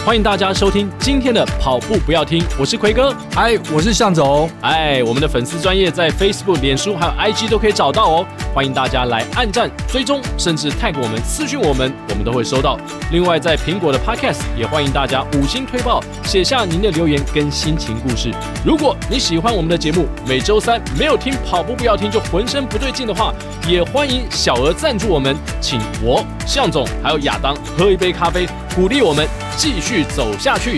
欢迎大家收听今天的跑步不要听，我是奎哥， 嗨，我是向总。 我们的粉丝专页在 Facebook、脸书还有 IG 都可以找到哦，欢迎大家来按赞、追踪，甚至 tag 我们、私讯我们都会收到。另外，在苹果的 Podcast 也欢迎大家5星推爆，写下您的留言跟心情故事。如果你喜欢我们的节目，每周三没有听跑步不要听就浑身不对劲的话，也欢迎小额赞助我们，请我向总还有亚当喝一杯咖啡，鼓励我们继续走下去。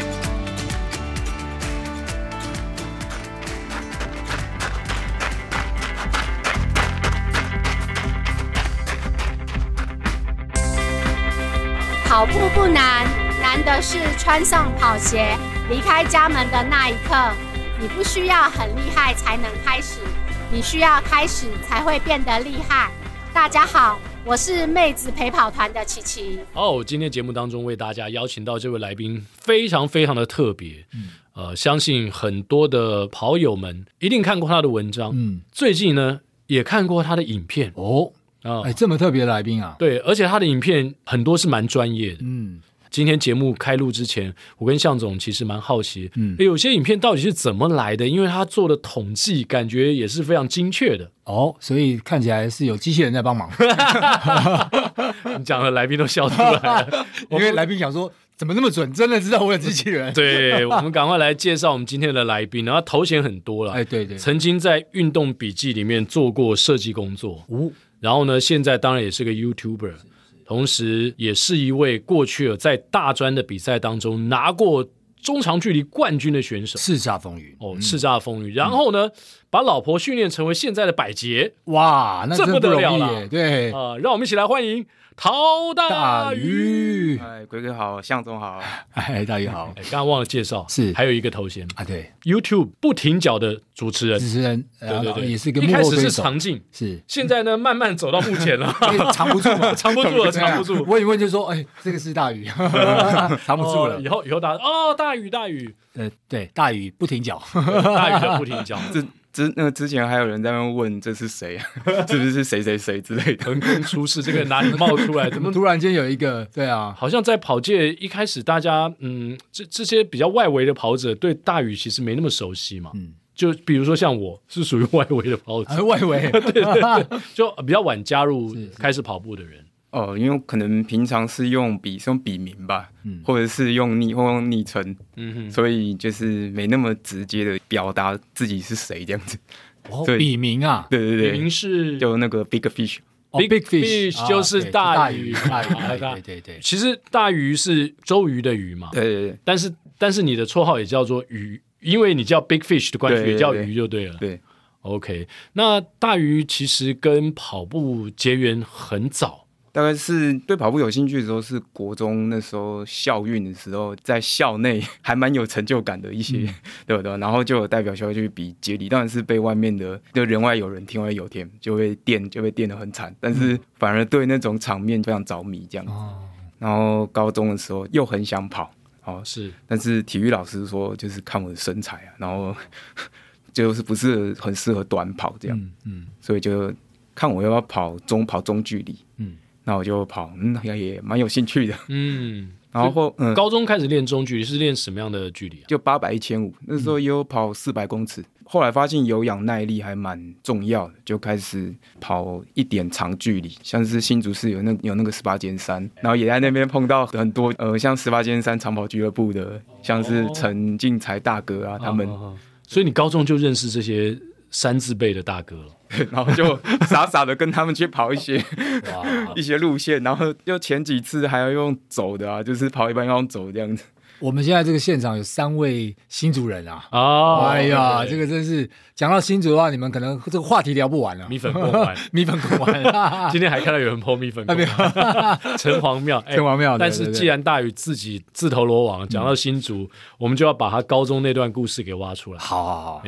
跑步不难，难的是穿上跑鞋，离开家门的那一刻。你不需要很厉害才能开始，你需要开始才会变得厉害。大家好，我是妹子陪跑团的琪琪。 今天节目当中为大家邀请到这位来宾非常非常的特别，相信很多的跑友们一定看过他的文章，最近呢也看过他的影片这么特别的来宾啊？ 对，而且他的影片很多是蛮专业的。今天节目开录之前，我跟向总其实蛮好奇，有些影片到底是怎么来的？因为他做的统计感觉也是非常精确的。 所以看起来是有机器人在帮忙。 你讲的来宾都笑出来了， 因为来宾想说怎么那么准，真的知道我有机器人。 对，我们赶快来介绍我们今天的来宾，然后头衔很多了。 对， 曾经在运动笔记里面做过设计工作，然后呢，现在当然也是个 YouTuber， 同时也是一位过去在大专的比赛当中拿过中长距离冠军的选手， 叱咤风云叱咤风云。然后呢，把老婆训练成为现在的百杰， 哇，那真不得了了。对让我们一起来欢迎陶大宇。 龟哥好，向总好。 大宇好。 刚刚忘了介绍， 是还有一个头衔对 ，YouTube 不停脚的主持人， 对，也是个一开始是常进， 是现在呢慢慢走到目前了， 藏不住嘛， 藏不住了，藏不住。 问一问就说，这个是大宇，藏不住了。 以后大宇， 对，大宇不停脚， 大宇的不停脚。 之前还有人在那边问这是谁啊？是不是谁谁谁之类的？ 横空出世，这个哪里冒出来？怎么突然间有一个？对啊， 好像在跑界一开始，大家这些比较外围的跑者对大宇其实没那么熟悉嘛。就比如说像我是属于外围的跑者， 外围对，就比较晚加入开始跑步的人。 因为可能平常是用笔名吧，或者是用昵称，所以就是没那么直接的表达自己是谁这样子。 笔名啊？ 对， 笔名是就那个 Big Fish。Big Fish 就是大鱼， 对。 其实大鱼是周瑜的鱼嘛， 对。 但是你的绰号也叫做鱼，因为你叫 Big Fish 的关系，也叫鱼就对了。 对。 OK， 那大鱼其实跟跑步结缘很早。 大概是对跑步有兴趣的时候，是国中那时候校运的时候，在校内还蛮有成就感的一些，对不对？然后就有代表校去比接力，当然是被外面的就人外有人，天外有天，就被电得很惨，但是反而对那种场面非常着迷这样子。然后高中的时候又很想跑，但是体育老师说就是看我的身材啊，然后就是不是很适合短跑这样，所以就看我要不要跑中距离，那我就跑，也蛮有兴趣的，然后高中开始练中距离是练什么样的距离啊？ 就800、1500，那时候也有跑400公尺。后来发现有氧耐力还蛮重要的，就开始跑一点长距离，像是新竹市有那个18尖山，然后也在那边碰到很多像18尖山长跑俱乐部的，像是陈进才大哥啊他们。 所以你高中就认识这些3字辈的大哥了。 然后就傻傻的跟他们去跑一些路线，然后就前几次还要用走的啊，就是跑一半要用走这样子。 我们现在这个现场有3位新竹人啊！ 哎呀， 这个真是讲到新竹的话，你们可能这个话题聊不完了。 米粉贡丸， 米粉贡丸， 今天还看到有人 po 米粉贡丸，城隍庙，但是既然大宇自己自投罗网，讲到新竹，我们就要把他高中那段故事给挖出来。 好。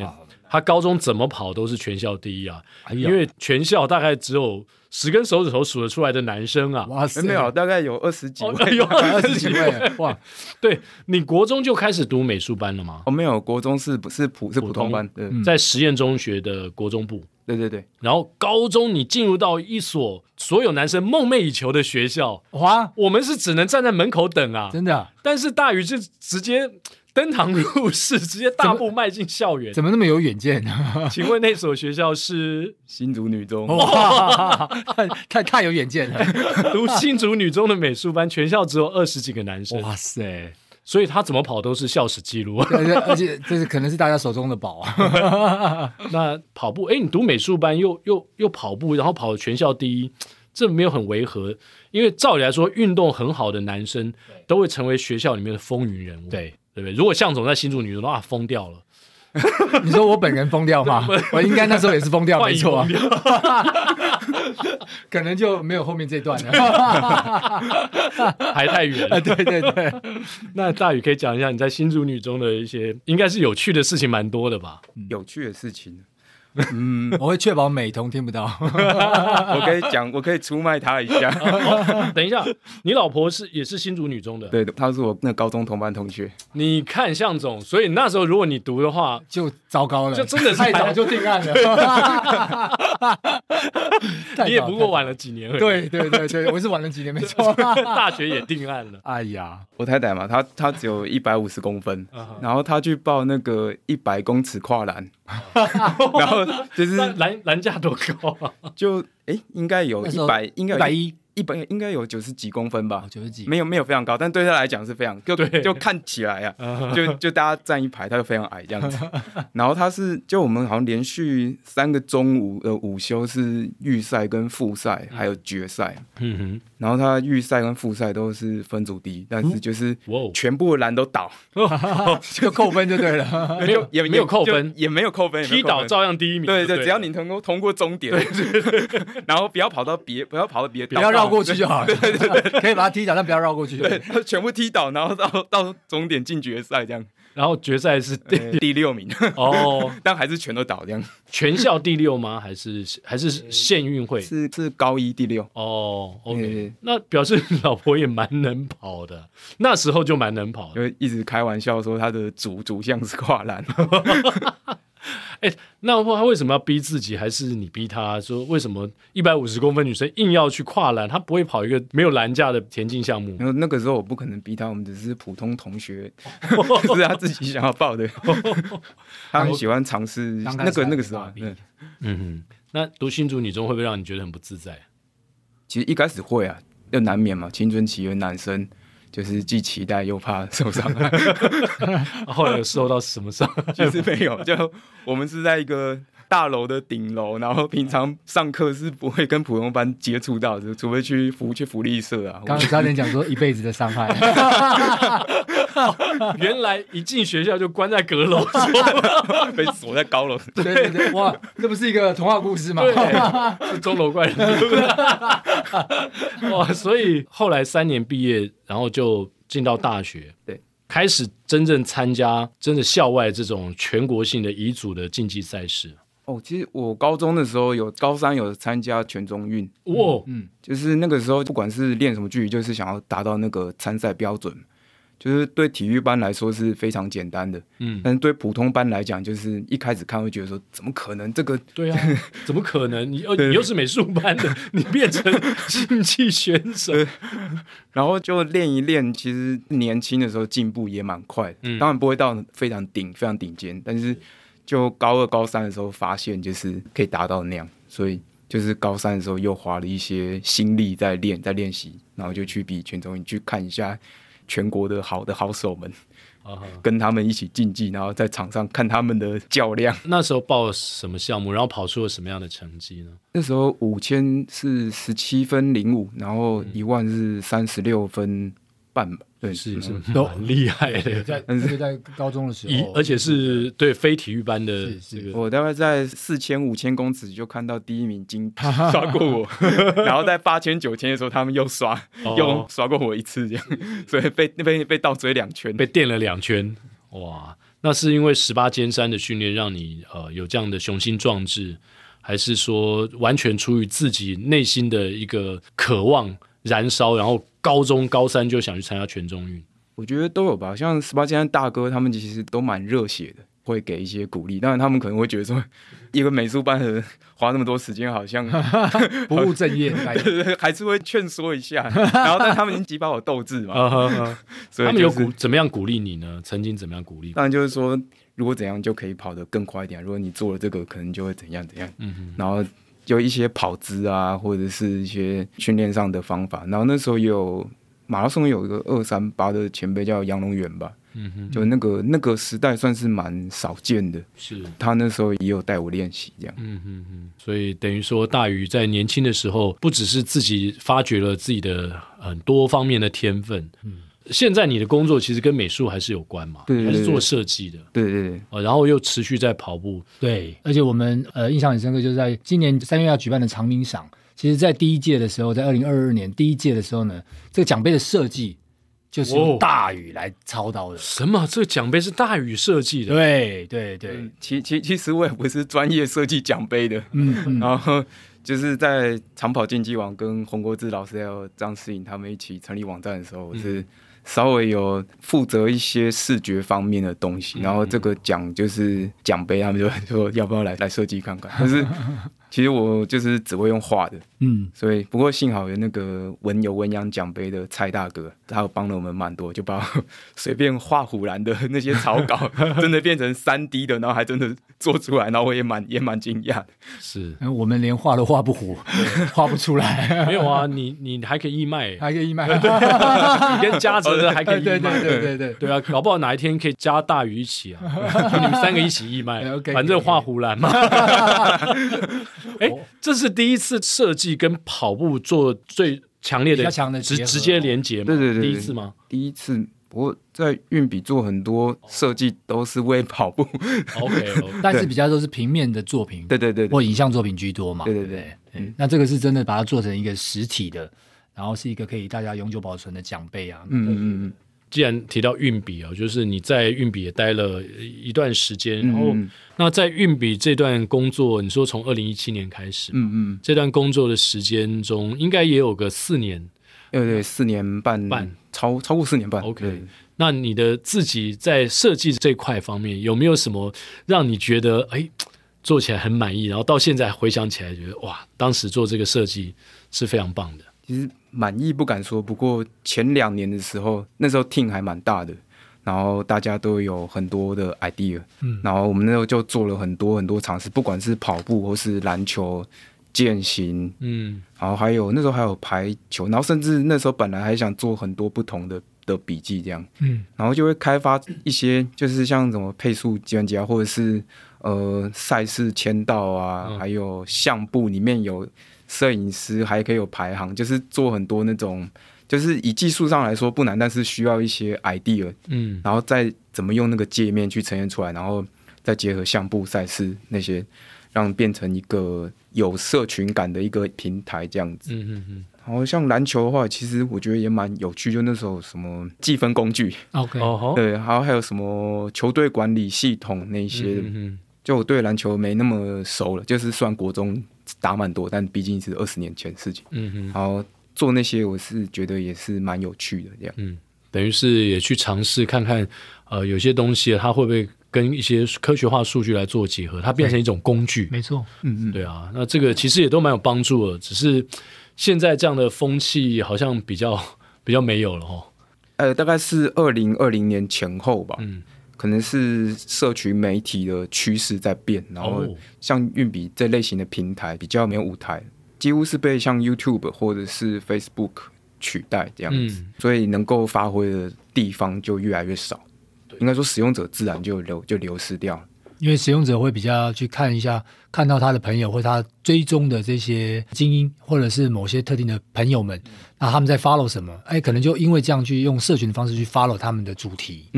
他高中怎么跑都是全校第一啊，因为全校大概只有10根手指头数得出来的男生啊。 哇塞， 没有，大概有20几位， 有 20几位，哇！ 对，你国中就开始读美术班了吗？ 没有，国中是普通班，对， 在实验中学的国中部。 对， 然后高中你进入到一所所有男生梦寐以求的学校， 哇， 我们是只能站在门口等啊， 真的？ 但是大宇是直接登堂入室，直接大步迈进校园。 怎么那么有远见？ 请问那所学校是新竹女中？ 哇，太有远见了！ 读新竹女中的美术班，全校只有20几个男生。 哇塞！ 所以他怎么跑都是校史记录， 而且这是可能是大家手中的宝啊。 那跑步，你读美术班又跑步，然后跑全校第一，这没有很违和？因为照理来说，运动很好的男生都会成为学校里面的风云人物，对不对？如果向总在新竹女中的话，疯掉了。 你说我本人疯掉吗？我应该那时候也是疯掉，没错啊。可能就没有后面这段了， 还太远了。 对。 那大宇可以讲一下你在新竹女中的一些，应该是有趣的事情蛮多的吧？ 有趣的事情。 我会确保美瞳听不到。 我可以出卖他一下。 等一下，你老婆也是新竹女中的？ 对，她是我那高中同班同学。 你看向总，所以那时候如果你读的话， 就糟糕了， 就真的是太早就定案了。 你也不过晚了几年而已。 对，我是晚了几年，没错。 大学也定案了。 哎呀， 我太太嘛，她只有150公分，然后她去报那个100公尺跨栏。然后就是栏架多高啊？ 就应该有100，应该有 110， 应该有90几公分吧 ，90几， 没有非常高，但对他来讲是非常，就看起来啊，就大家站一排，他就非常矮这样子。然后他是就我们好像连续3个中午的午休是预赛跟复赛还有决赛，然后他预赛跟复赛都是分组第一，但是就是全部的栏都倒， 就扣分就对了， 也没有扣分， 也没有扣分， 踢倒照样第一名。 对，只要你通过终点，然后不要跑到别的， 不要绕过去就好了。对，可以把它踢倒，但不要绕过去。 对，全部踢倒，然后到终点进决赛这样。 然后决赛是第6名哦，但还是全都倒这样。 全校第6吗？还是县运会？ 是高一第6 哦。OK，那表示你老婆也蛮能跑的，那时候就蛮能跑的， 就一直开玩笑说他的主项是跨栏。 那他为什么要逼自己？还是你逼他？说为什么150公分女生硬要去跨栏？她不会跑一个没有栏架的田径项目？ 然后那个时候我不可能逼他，我们只是普通同学，是他自己想要报的。他很喜欢尝试那个时候。 那读新竹女中会不会让你觉得很不自在？ 其实一开始会啊，就难免嘛，青春期的男生。就是既期待又怕受伤害。 后来有受到什么伤？ 其实没有，就我们是在一个大楼的顶楼，然后平常上课是不会跟普通班接触到的，除非去福利社啊。 刚刚差点讲说一辈子的伤害。 原来一进学校就关在阁楼， 被锁在高楼。 对，哇，这不是一个童话故事吗？ 是钟楼怪人。哇，所以后来3年毕业，然后就进到大学， 对， 开始真正参加真的校外这种全国性的乙组的竞技赛事。 其实我高中的时候高3有参加全中运，就是那个时候不管是练什么距离，就是想要达到那个参赛标准。就是对体育班来说是非常简单的，但是对普通班来讲，就是一开始看会觉得说，怎么可能这个？ 对啊，怎么可能？你又是美术班的，你变成竞技选手， 然后就练一练。其实年轻的时候进步也蛮快的，当然不会到非常顶尖，但是就高2、高3的时候发现就是可以达到那样，所以就是高3的时候又花了一些心力在练习，然后就去比全中运，去看一下全国的好手们，跟他们一起竞技，然后在场上看他们的较量。 那时候报什么项目，然后跑出了什么样的成绩呢？ 那时候5000是17分05，然后10000是36分半吧。对， 是蛮厉害的。 在高中的时候， 而且是对非体育班的这个。 我大概在4000、5000公尺就看到第1名金刷过我，然后在8000、9000的时候他们又刷过我1次，这样，所以被倒追2圈， 被电了2圈。哇！ 那是因为18尖山的训练让你有这样的雄心壮志，还是说完全出于自己内心的一个渴望燃烧，然后高中高3就想去参加全中运？ 我觉得都有吧，像18尖山大哥他们其实都蛮热血的，会给一些鼓励。当然他们可能会觉得说，一个美术班的人花那么多时间，好像不务正业， 还是会劝说一下。然后但他们已经激发我斗志嘛，所以、 他们有怎么样鼓励你呢？曾经怎么样鼓励？ 当然就是说，如果怎样就可以跑得更快一点。如果你做了这个，可能就会怎样怎样。然后有一些跑姿啊，或者是一些训练上的方法。然后那时候有马拉松有一个238的前辈叫杨龙元吧。就那个时代算是蛮少见的， 是他那时候也有带我练习这样。 所以等于说大宇在年轻的时候，不只是自己发掘了自己的很多方面的天分。现在你的工作其实跟美术还是有关嘛？ 对， 还是做设计的。 对， 然后又持续在跑步。 对，而且我们印象很深刻，就是在今年3月要举办的长鸣赏，其实在第一届的时候，在2022年第一届的时候呢，这个奖杯的设计就是由大宇来操刀的。 什么？这个奖杯是大宇设计的？ 对。 其实我也不是专业设计奖杯的，然后就是在长跑竞技网跟洪国志老师还有张世颖他们一起成立网站的时候，我是稍微有负责一些视觉方面的东西，然后这个奖就是奖杯，他们就说要不要来设计看看，但是其实我就是只会用画的，所以不过幸好有那个文扬奖杯的蔡大哥，他有帮了我们蛮多，就把我随便画虎兰的那些草稿真的变成3D 的，然后还真的做出来，然后我也蛮惊讶的。 是， 我们连画都画不糊，画不出来。 没有啊，你还可以义卖， 还可以义卖， 你跟嘉泽的还可以义卖，对啊，搞不好哪一天可以加大宇一起啊，就你们3个一起义卖，反正画虎兰嘛。这是第一次设计跟跑步做最强烈的直接连结嘛？ 对， 第一次吗？ 第一次。我在运笔做很多设计都是为跑步 ，OK， 但是比较都是平面的作品， 对， 或影像作品居多嘛， 对。 那这个是真的把它做成一个实体的，然后是一个可以大家永久保存的奖杯啊。 既然提到运笔啊，就是你在运笔也待了一段时间，然后那在运笔这段工作，你说从2017年开始，这段工作的时间中，应该也有个4年。 对，4年半，超过4年半。 OK， 那你的自己在设计这块方面有没有什么让你觉得做起来很满意，然后到现在回想起来觉得哇，当时做这个设计是非常棒的？ 其实满意不敢说，不过前2年的时候，那时候 team 还蛮大的，然后大家都有很多的 idea，然后我们那时候就做了很多尝试，不管是跑步或是篮球。健行，然后那时候还有排球，然后甚至那时候本来还想做很多不同的笔记这样，然后就会开发一些就是像什么配速计算机啊，或者是赛事签到啊，还有相簿里面有摄影师，还可以有排行，就是做很多那种，就是以技术上来说不难，但是需要一些 idea，然后再怎么用那个界面去呈现出来，然后再结合相簿、赛事那些，让变成一个有社群感的一个平台这样子。然后像篮球的话，其实我觉得也蛮有趣，就那时候什么计分工具 ，OK， 对，还有什么球队管理系统那些的，就我对篮球没那么熟了，就是算国中打蛮多，但毕竟是20年前的事情。然后做那些我是觉得也是蛮有趣的这样。 等于是也去尝试看看，有些东西它会不会跟一些科学化数据来做结合，它变成一种工具。 没错， 对啊，那这个其实也都蛮有帮助的，只是现在这样的风气好像比较没有了哦。 大概是2020年前后吧，可能是社群媒体的趋势在变，然后像运笔这类型的平台比较没有舞台，几乎是被像 YouTube 或者是 Facebook 取代这样子，所以能够发挥的地方就越来越少，应该说使用者自然就流失掉了。 因为使用者会比较去看到他的朋友或他追踪的这些精英，或者是某些特定的朋友们，那他们在 follow 什么，可能就因为这样去用社群的方式去 follow 他们的主题。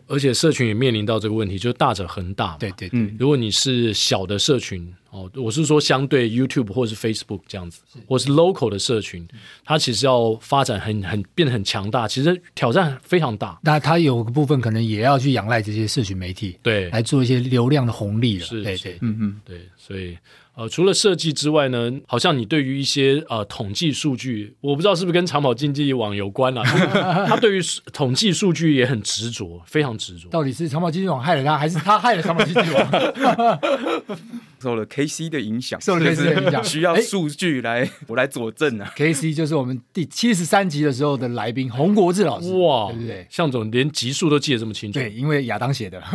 而且社群也面临到这个问题，就是大者恒大嘛。 对对对， 如果你是小的社群我是说相对 YouTube 或是 Facebook 这样子，或是 local 的社群，它其实要发展变得很强大，其实挑战非常大。 那它有个部分可能也要去仰赖这些社群媒体， 对， 来做一些流量的红利了。 是， 对对， 对，所以除了设计之外呢，好像你对于一些统计数据，我不知道是不是跟长跑竞技网有关啦，他对于统计数据也很执着，非常执着。 到底是长跑竞技网害了他，还是他害了长跑竞技网？ 受了 KC 的影响， 受了 KC 的影响， 需要数据我来佐证啊。 KC 就是我们第73集的时候的来宾洪国志老师， 哇， 对不对？ 向总连集数都记得这么清楚， 对，因为亚当写的。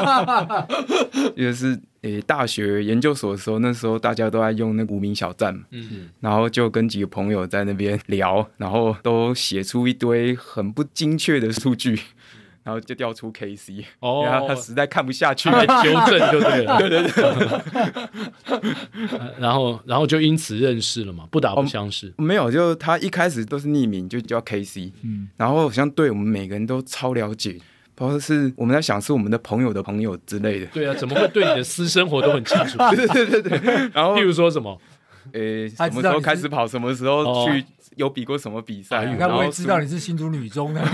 就是大学研究所的时候，那时候大家都在用那个无名小站嘛，然后就跟几个朋友在那边聊，然后都写出一堆很不精确的数据。然后就调出 KC， 然后他实在看不下去， 来纠正就对了。对对对。然后就因此认识了嘛，不打不相识。 没有，就他一开始都是匿名，就叫 KC，然后好像对我们每个人都超了解，不知道是我们在想是我们的朋友的朋友之类的。 对啊，怎么会对你的私生活都很清楚？ 对。然后， 譬如说什么？ 什么时候开始跑，什么时候去。有比过什么比赛？ 你看我也知道你是新竹女中的，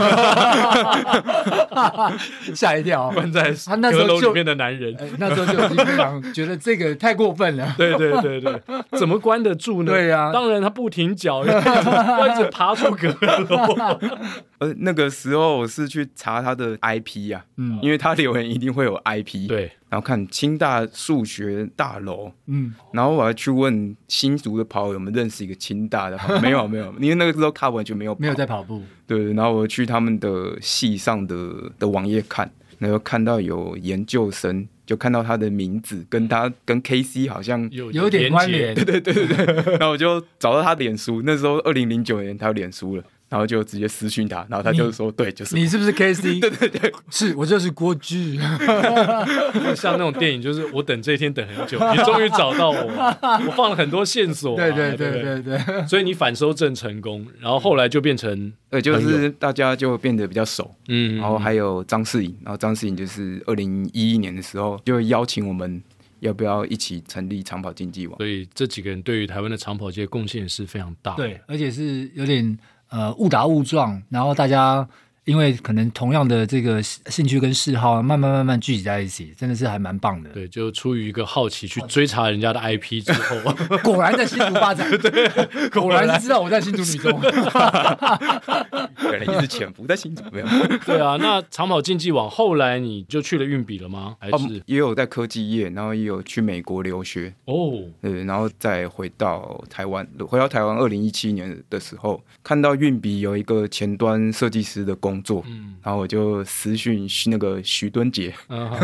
吓一跳。 关在阁楼里面的男人， 那时候就已经非常觉得这个太过分了。 对，怎么关得住呢？ 对啊， 当然他不停脚，要一直爬出阁楼。 那个时候我是去查他的 IP 啊，因为他留言一定会有 IP。 对。 然后看清大数学大楼，然后我还去问新竹的跑友有没有认识一个清大的，没有，因为那个时候他完全没有在跑步。 对，然后我去他们的系上的网页看，然后看到有研究生，就看到他的名字跟 KC 好像有点关联。 对，然后我就找到他脸书，那时候2009年他有脸书了。然后就直接私讯他，然后他就说：“对，就是你是不是 KC？” 对， 是我就是郭志。 像那种电影，就是我等这一天等很久，你终于找到我放了很多线索。 对。 所以你反收证成功，然后后来就变成就是大家就变得比较熟。然后还有张世颖，然后张世颖就是2011年的时候就邀请我们。要不要一起成立长跑竞技网？ 所以这几个人对于台湾的长跑界贡献是非常大的。 对，而且是有点误打误撞，然后大家因为可能同样的这个兴趣跟嗜好，慢慢聚集在一起，真的是还蛮棒的。 对，就出于一个好奇去追查人家的 IP 之后， 果然在新竹发展。对，果然是知道我在新竹女中， 可能一直潜伏在新竹没有。 对啊，那长跑竞技网后来你就去了运比了吗？还是也有在科技业，然后也有去美国留学对，然后再回到台湾2017年的时候，看到运比有一个前端设计师的工作，然后我就私讯那个徐敦杰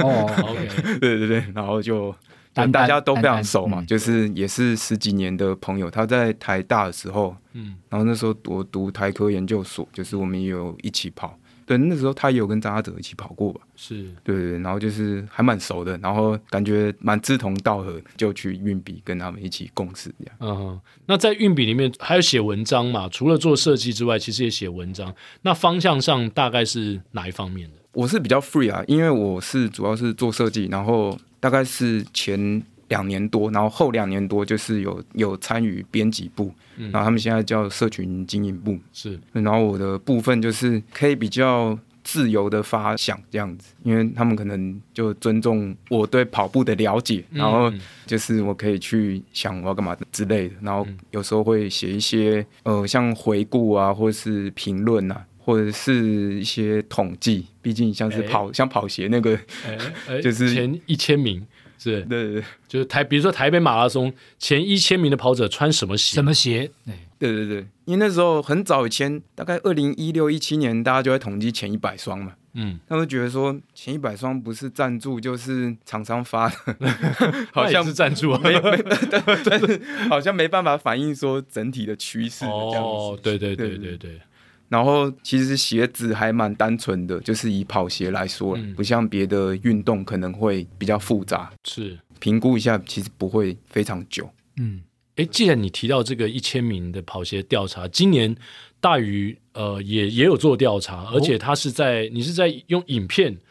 ，OK， 对，然后就大家都非常熟嘛，就是也是10几年的朋友。他在台大的时候，然后那时候我读台科研究所，就是我们也有一起跑。对，那时候他也有跟张阿哲一起跑过吧？ 是， 对，然后就是还蛮熟的，然后感觉蛮志同道合，就去运比跟他们一起共事这样。 那在运比里面还有写文章嘛？除了做设计之外，其实也写文章。那方向上大概是哪一方面的？ 我是比较 free 啊，因为我是主要是做设计，然后大概是前2年多，然后后2年多就是有参与编辑部，然后他们现在叫社群经营部， 是。 然后我的部分就是可以比较自由的发想这样子，因为他们可能就尊重我对跑步的了解，然后就是我可以去想我要干嘛之类的，然后有时候会写一些像回顾啊，或是评论啊。或者是一些统计，毕竟像是像跑鞋那个，就是前1000名，是， 对， 就是比如说台北马拉松前1000名的跑者穿什么鞋？ 对，因为那时候很早以前，大概2016、17年，大家就在统计前100双嘛。他们觉得说前100双不是赞助就是厂商发的，好像是赞助啊， 但是好像没办法反映说整体的趋势这样子。 对。 然后其实鞋子还蛮单纯的，就是以跑鞋来说，不像别的运动可能会比较复杂。 是， 评估一下，其实不会非常久。 既然你提到这个1000名的跑鞋调查，今年大宇也有做调查，而且你是在用影片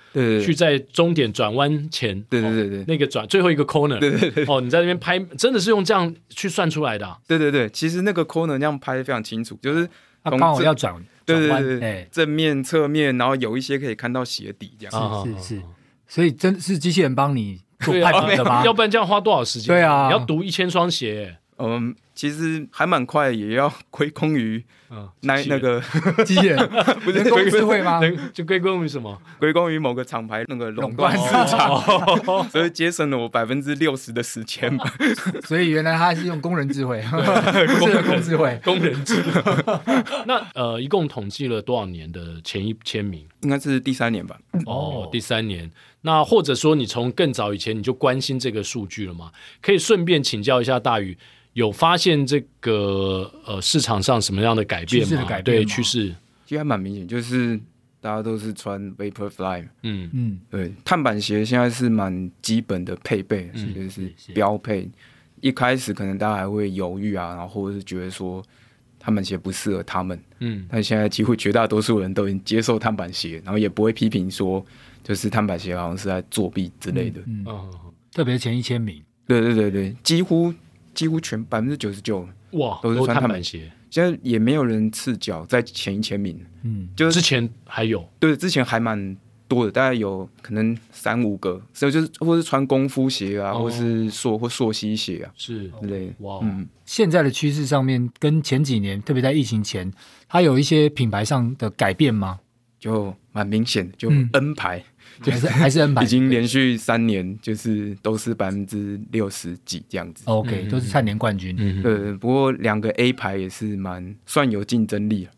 对， 去在终点转弯前， 对， 那个最后一个 corner， 对， 你在那边拍，真的是用这样去算出来的。 对，其实那个 corner 那样拍得非常清楚，就是他刚好要转弯， 对，正面、侧面，然后有一些可以看到鞋底这样。 是，所以真是机器人帮你做判断的吗？ 要不然这样花多少时间？ 对啊， 你要读1000双鞋。 其实还蛮快，也要归功于那个机器人，不是人工智慧吗？ 就归功于什么？ 归功于某个厂牌那个垄断市场，所以节省了我60%的时间吧。 所以原来他是用工人智慧，不是人工智慧， 工人智慧。那一共统计了多少年的前1000名？ 应该是第3年吧。 第3年。那或者说你从更早以前你就关心这个数据了吗？可以顺便请教一下大宇，有发现这个市场上什么样的改变吗？对，趋势其实还蛮明显，就是大家都是穿 Vaporfly， 对，碳板鞋现在是蛮基本的配备，就是标配。一开始可能大家还会犹豫啊，然后或者是觉得说碳板鞋不适合他们，但现在几乎绝大多数人都已经接受碳板鞋，然后也不会批评说就是碳板鞋好像是在作弊之类的。 特别前1000名， 对，几乎全99% 哇都是穿碳板鞋。 现在也没有人赤脚在前1000名， 就是之前还有， 对，之前还蛮多的，大概有可能3-5个，所以就是或是穿功夫鞋啊，或是溯溪鞋啊， 是之类的。 哇， 现在的趋势上面跟前几年，特别在疫情前，它有一些品牌上的改变吗？ 就蛮明显的，就 N 牌。 还是 N 牌， 已经连续3年就是都是60%几这样子。 OK，都是3年冠军。 对，不过2个 A 牌也是算有竞争力。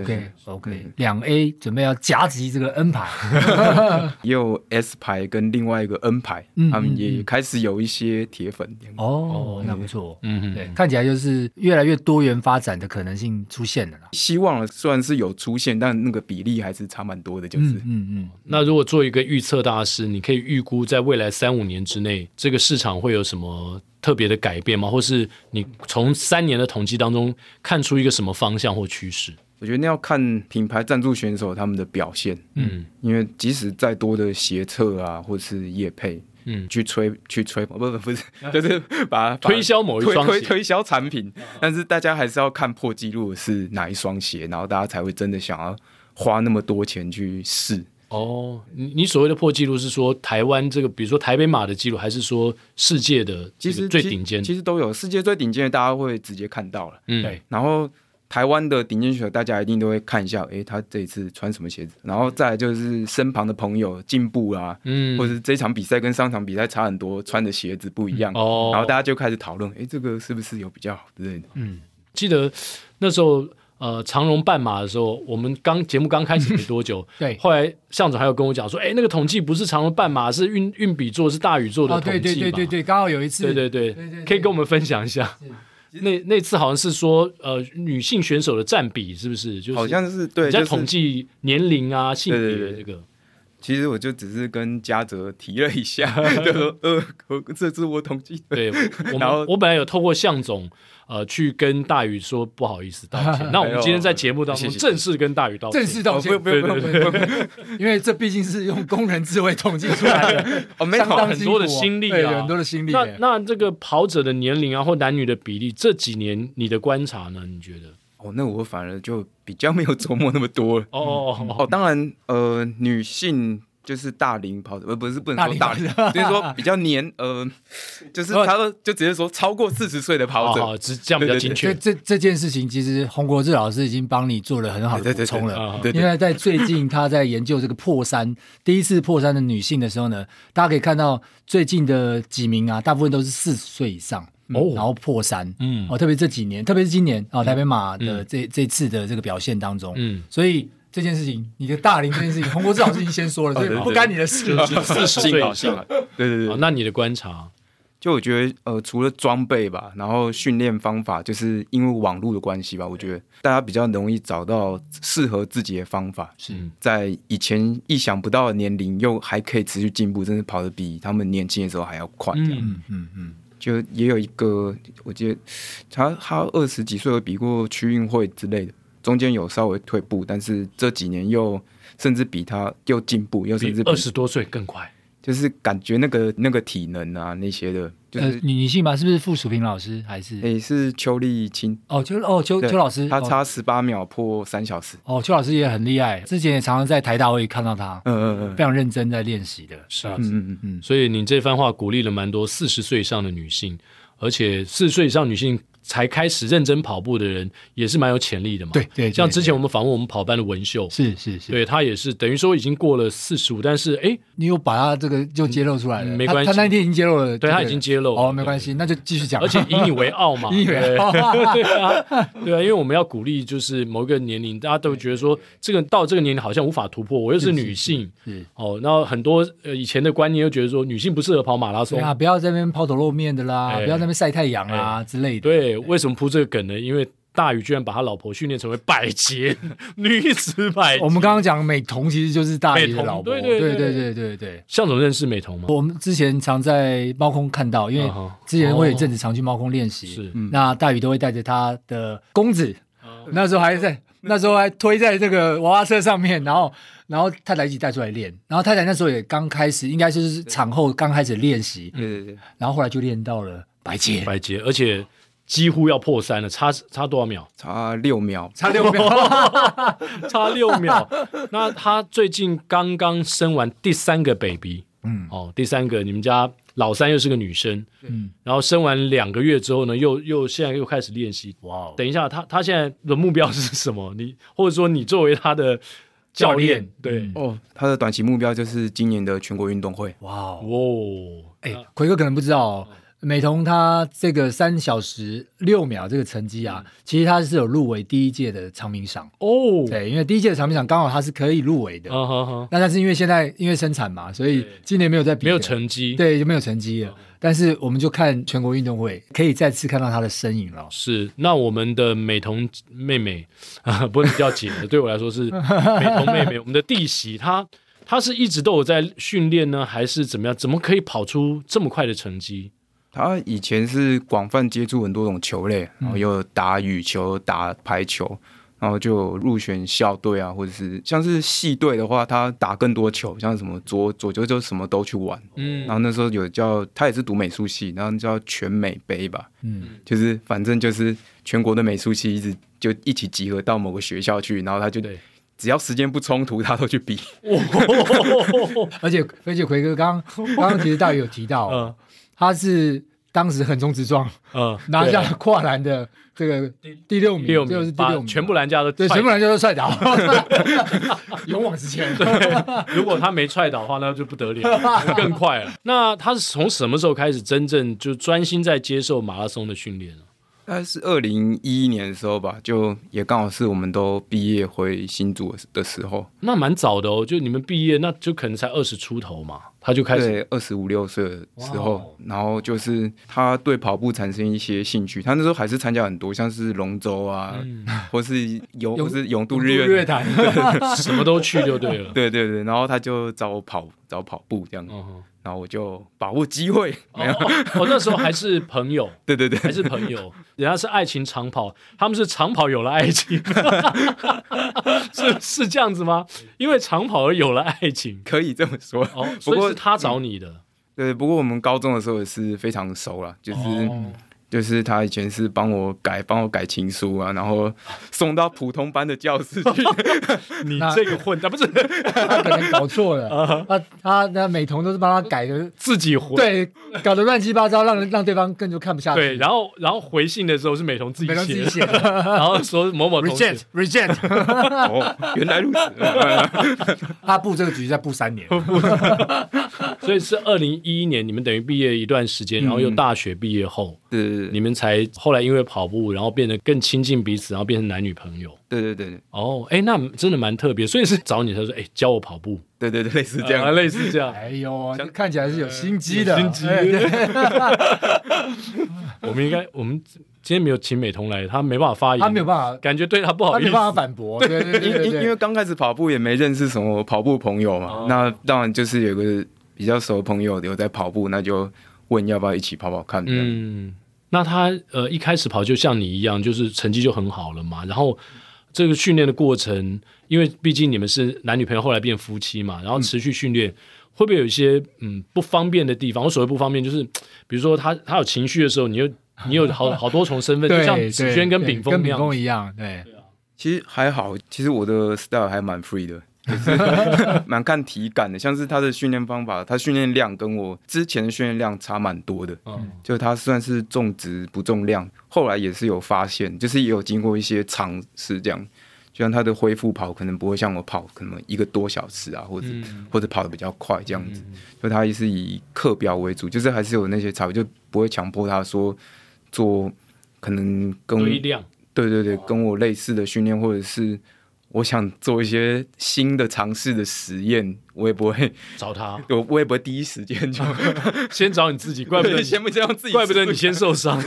OK，2A 准备要夹击这个 N 牌， 也有 S 牌跟另外一个 N 牌，他们也开始有一些铁粉。 那不错。对，看起来就是越来越多元发展的可能性出现了啦。 希望虽然是有出现，但那个比例还是差蛮多的，就是。 那如果做一个预测大师，你可以预估在未来3-5年之内，这个市场会有什么特别的改变吗？或是你从3年的统计当中看出一个什么方向或趋势？ 我觉得那要看品牌赞助选手他们的表现，因为即使再多的鞋测啊，或是业配，去吹，不是，就是把推销某一双鞋， 推销产品，但是大家还是要看破纪录是哪一双鞋，然后大家才会真的想要花那么多钱去试。 你所谓的破纪录是说台湾这个，比如说台北马的纪录，还是说世界的最顶尖？ 其实都有，世界最顶尖的大家会直接看到了， 对， 然后台湾的顶尖选手，大家一定都会看一下，他这一次穿什么鞋子，然后再来就是身旁的朋友进步啊，或者是这场比赛跟上场比赛差很多，穿的鞋子不一样，然后大家就开始讨论，这个是不是有比较好之类的。 记得那时候长荣半马的时候，我们节目刚开始没多久， 对， 后来向总还有跟我讲说，那个统计不是长荣半马，是运比做，是大宇做的统计嘛。 对，刚好有一次， 对，可以跟我们分享一下。那次好像是说，女性选手的占比是不是？就是好像是对， 在统计年龄啊、性别这个。 其实我就只是跟嘉泽提了一下，就说这是我统计的。 对，然后我本来有透过向总去跟大宇说不好意思道歉。那我们今天在节目当中正式跟大宇道歉， 正式道歉，不用，因为这毕竟是用工人智慧统计出来的， 相当很多的心力啊， 很多的心力。 那这个跑者的年龄啊，或男女的比例，这几年你的观察呢？你觉得？ 那我反而就比较没有琢磨那么多了。当然，女性就是大龄跑者，不能说大龄，就是说比较就是他就直接说超过40岁的跑者， 这样比较精确。 这件事情，其实洪国志老师已经帮你做了很好的补充了。因为在最近他在研究这个第一次破三的女性的时候呢，大家可以看到最近的几名啊，大部分都是40岁以上。然后破3，特别这几年，特别是今年台北马的这次的这个表现当中，所以这件事情，你的大龄这件事情，洪国志老师已经先说了，所以不干你的事。 40岁以上， 对。 那你的观察？ 就我觉得，除了装备吧，然后训练方法，就是因为网络的关系吧，我觉得大家比较容易找到适合自己的方法。 是在以前意想不到的年龄，又还可以持续进步，真的跑得比他们年轻的时候还要快。就也有一个，我记得他20几岁有比过区运会之类的，中间有稍微退步，但是这几年又甚至比他又进步，又甚至比20多岁更快。 就是感觉那个体能啊那些的，就是女性吧，是不是傅淑萍老师还是？ 是邱丽青邱老师， 她差18秒破3小时。 邱老师也很厉害，之前也常常在台大会看到他，非常认真在练习的。 是啊，所以你这番话鼓励了蛮多40岁以上的女性，而且40岁以上女性才开始认真跑步的人也是蛮有潜力的嘛。 对， 像之前我们访问我们跑班的文秀， 是， 对，他也是等于说已经过了45，但是你有把他这个就揭露出来了， 没关系， 他那天已经揭露了， 对，他已经揭露了， 没关系，那就继续讲， 而且引以为傲嘛， 引以为傲， 对啊，因为我们要鼓励，就是某一个年龄，大家都觉得说到这个年龄好像无法突破，我又是女性，然后很多以前的观念又觉得说女性不适合跑马拉松， 不要在那边抛头露面的啦，不要在那边晒太阳啊之类的， 对。为什么铺这个梗呢？因为大宇居然把他老婆训练成为百捷女子百捷。 我们刚刚讲美瞳其实就是大宇的老婆，对。 向总认识美瞳吗？ 我们之前常在猫空看到，因为之前会有一阵子常去猫空练习， 是那大宇都会带着他的公子，那时候还推在这个娃娃车上面，然后太太一起带出来练，然后太太那时候也刚开始，应该就是场后刚开始练习， 对， 然后后来就练到了百捷， 而且几乎要破3了，差多少秒？ 差6秒， 差6秒， 差6秒。那他最近刚刚生完第3个 baby，第3个，你们家老三又是个女生，然后生完2个月之后呢，又现在又开始练习。哇，等一下，他现在的目标是什么？或者说你作为他的教练，对， 他的短期目标就是今年的全国运动会。 哇奎哥可能不知道美瞳他这个3小时6秒这个成绩啊，其实他是有入围第1届的长鸣赏对，因为第1届的长鸣赏刚好他是可以入围的，那但是因为现在因为生产嘛，所以今年没有在比， 没有成绩， 对，就没有成绩了。但是我们就看全国运动会，可以再次看到他的身影了。 是，那我们的美瞳妹妹不能叫姐的，对我来说是美瞳妹妹，我们的弟媳她是一直都有在训练呢，还是怎么样？怎么可以跑出这么快的成绩？ 他以前是广泛接触很多种球类，然后又打羽球、打排球，然后就入选校队啊，或者是像是系队的话，他打更多球，像什么左球就什么都去玩。然后那时候有他也是读美术系，然后叫全美杯吧，就是反正就是全国的美术系一起集合到某个学校去，然后他就只要时间不冲突，他都去比。 而且奎哥刚刚其实大宇有提到，他是当时横冲直撞，拿下跨栏的这个第6名，就是第6名， 全部栏架都对，全部栏架都踹倒，勇往直前。 如果他没踹倒的话，那就不得了，更快了。那他是从什么时候开始真正就专心在接受马拉松的训练呢？ 大概是2011年的时候吧，就也刚好是我们都毕业回新竹的时候。 那蛮早的哦，就你们毕业那就可能才20出头嘛，他就开始对25、6岁的时候，然后就是他对跑步产生一些兴趣。他那时候还是参加很多，像是龙舟啊，或是泳渡日月潭， 什么都去就对了。 对，然后他就找我跑步这样。然后我就把握机会， 那时候还是朋友， 对， 还是朋友。人家是爱情长跑，他们是长跑有了爱情，是这样子吗？因为长跑而有了爱情， 可以这么说。 不过是他找你的， 对。不过我们高中的时候也是非常熟啦，就是他以前是帮我改情书啊，然后送到普通班的教室去。 你这个混蛋，不是他可能搞错了，他那美瞳都是帮他改的， 自己混， 对，搞得乱七八糟，让对方根本就看不下去。 对，然后回信的时候是美瞳自己写的，然后说某某同学 reject， 原来如此。 他布这个局在布3年， 所以是2011年，你们等于毕业一段时间，然后又大学毕业后，你们才后来因为跑步，然后变得更亲近彼此，然后变成男女朋友。 对。 那真的蛮特别，所所以是找你，他说：“教我跑步。” 对对对，类似这样， 类似这样。 哎呦，看起来是有心机的， 心机。我们今天没有请美瞳来，他没办法发言， 他没有办法， 感觉对他不好意思， 他没办法反驳。对， 因为刚开始跑步也没认识什么跑步朋友嘛，那当然就是有个比较熟的朋友有在跑步，那就问要不要一起跑跑看。 那他一开始跑就像你一样，就是成绩就很好了嘛，然后这个训练的过程因为毕竟你们是男女朋友，后来变夫妻嘛，然后持续训练，会不会有一些不方便的地方？我所谓不方便，就是比如说他有情绪的时候，你有好多重身份，就像子轩跟炳峰一样，对。 其实还好，其实我的 style 还蛮 free 的，就是蛮看体感的。像是他的训练方法，他训练量跟我之前的训练量差蛮多的。就他算是重质不重量，后来也是有发现，就是也有经过一些尝试这样。就像他的恢复跑可能不会像我跑可能1个多小时啊，或者跑得比较快这样子。就他也是以课表为主，就是还是有那些差别，就不会强迫他说做可能跟堆量。 对对对，跟我类似的训练，或者是我想做一些新的尝试的实验，我也不会找他， 我也不会第一时间就先找你自己，怪不得先不这样自己， 怪不得你先受伤。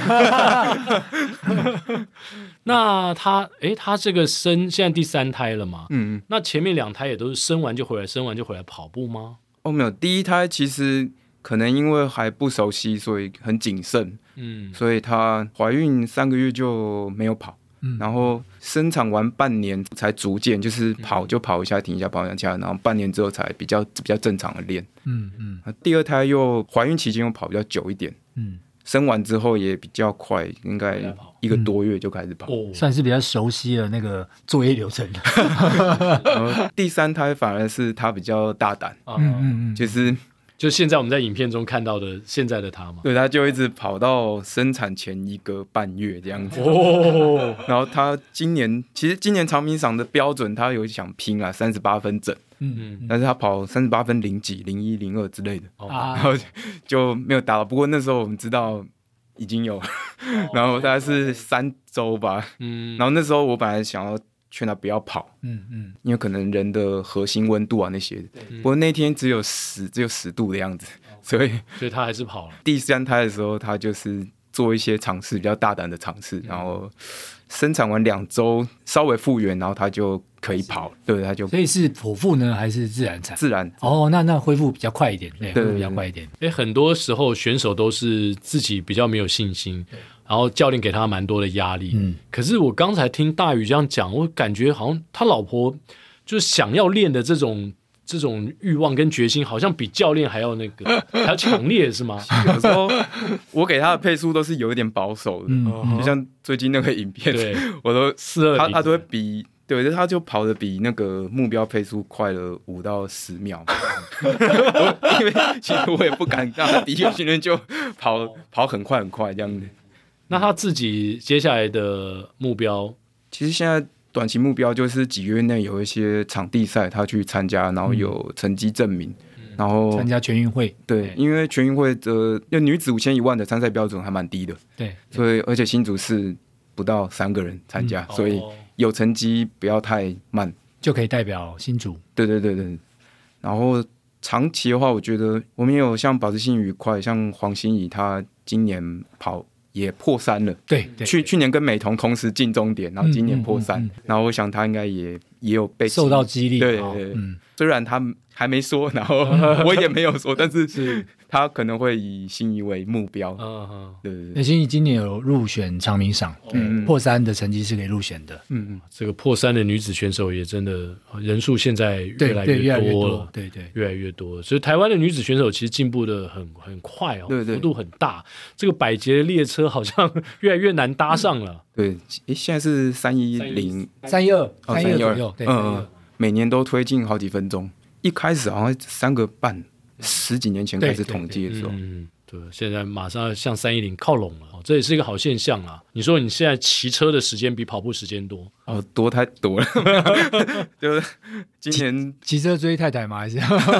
那他这个现在第3胎了嘛？那前面2胎也都是生完就回来跑步吗？ 哦，没有，第1胎其实可能因为还不熟悉，所以很谨慎。所以她怀孕3个月就没有跑，然后生产完半年才逐渐就是跑就跑一下停一下跑一下，然后半年之后才比较正常的练。第2胎又怀孕期间又跑比较久一点，生完之后也比较快，应该1个多月就开始跑， 算是比较熟悉了那个作业流程。 然后第3胎反而是她比较大胆， 就现在我们在影片中看到的现在的他嘛， 对，他就一直跑到生产前1个半月这样子。然后他今年长鸣赏的标准，他有想拼啦，38分整。但是他跑38分0几、01、02之类的，然后就没有达到。不过那时候我们知道已经有，然后大概是3周吧。然后那时候我本来想要劝他不要跑，因为可能人的核心温度啊那些，不过那天只有10度的样子，所以他还是跑了。 第3胎的时候，他就是做一些尝试，比较大胆的尝试，然后生产完2周稍微复原，然后他就可以跑，对，他就所以是剖腹呢还是自然产？ 自然。 那恢复比较快一点，对，恢复比较快一点。 很多时候选手都是自己比较没有信心，然后教练给他蛮多的压力。可是我刚才听大宇这样讲，我感觉好像他老婆就是想要练的这种欲望跟决心，好像比教练还要还要强烈，是吗？ 有时候我给他的配速都是有一点保守的，就像最近那个影片，我都他都会比。对，他就跑得比那个目标配速快了5到10秒。因为其实我也不敢让他第一个训练就跑很快这样子。 那他自己接下来的目标， 其实现在短期目标就是几个月内有一些场地赛，他去参加，然后有成绩证明，然后参加全运会。 对，因为全运会的女子5000、10000的参赛标准还蛮低的， 对， 所以而且新竹是不到3个人参加，所以有成绩不要太慢， 就可以代表新竹。 对。然后长期的话，我觉得我们也有像保持心愉快，像黄欣怡，她今年跑也破3了。 对， 去年跟美瞳同时进终点，然后今年破3，然后我想她应该也有被受到激励。 对，虽然她还没说，然后我也没有说，但是他可能会以心仪为目标。对。 心仪今年有入选长鸣赏，破3的成绩是可以入选的。 这个破3的女子选手也真的人数现在越来越多了，对，越来越多了。所以台湾的女子选手其实进步的很快哦，幅度很大。这个百捷列车好像越来越难搭上了。 对，现在是310、 312左右，对， 每年都推进好几分钟。一开始好像3个半，10几年前开始统计的时候， 对，现在马上要向310靠拢了，这也是一个好现象啦。你说你现在骑车的时间比跑步时间多？ 多太多了。就是今年骑车追太太吗？还是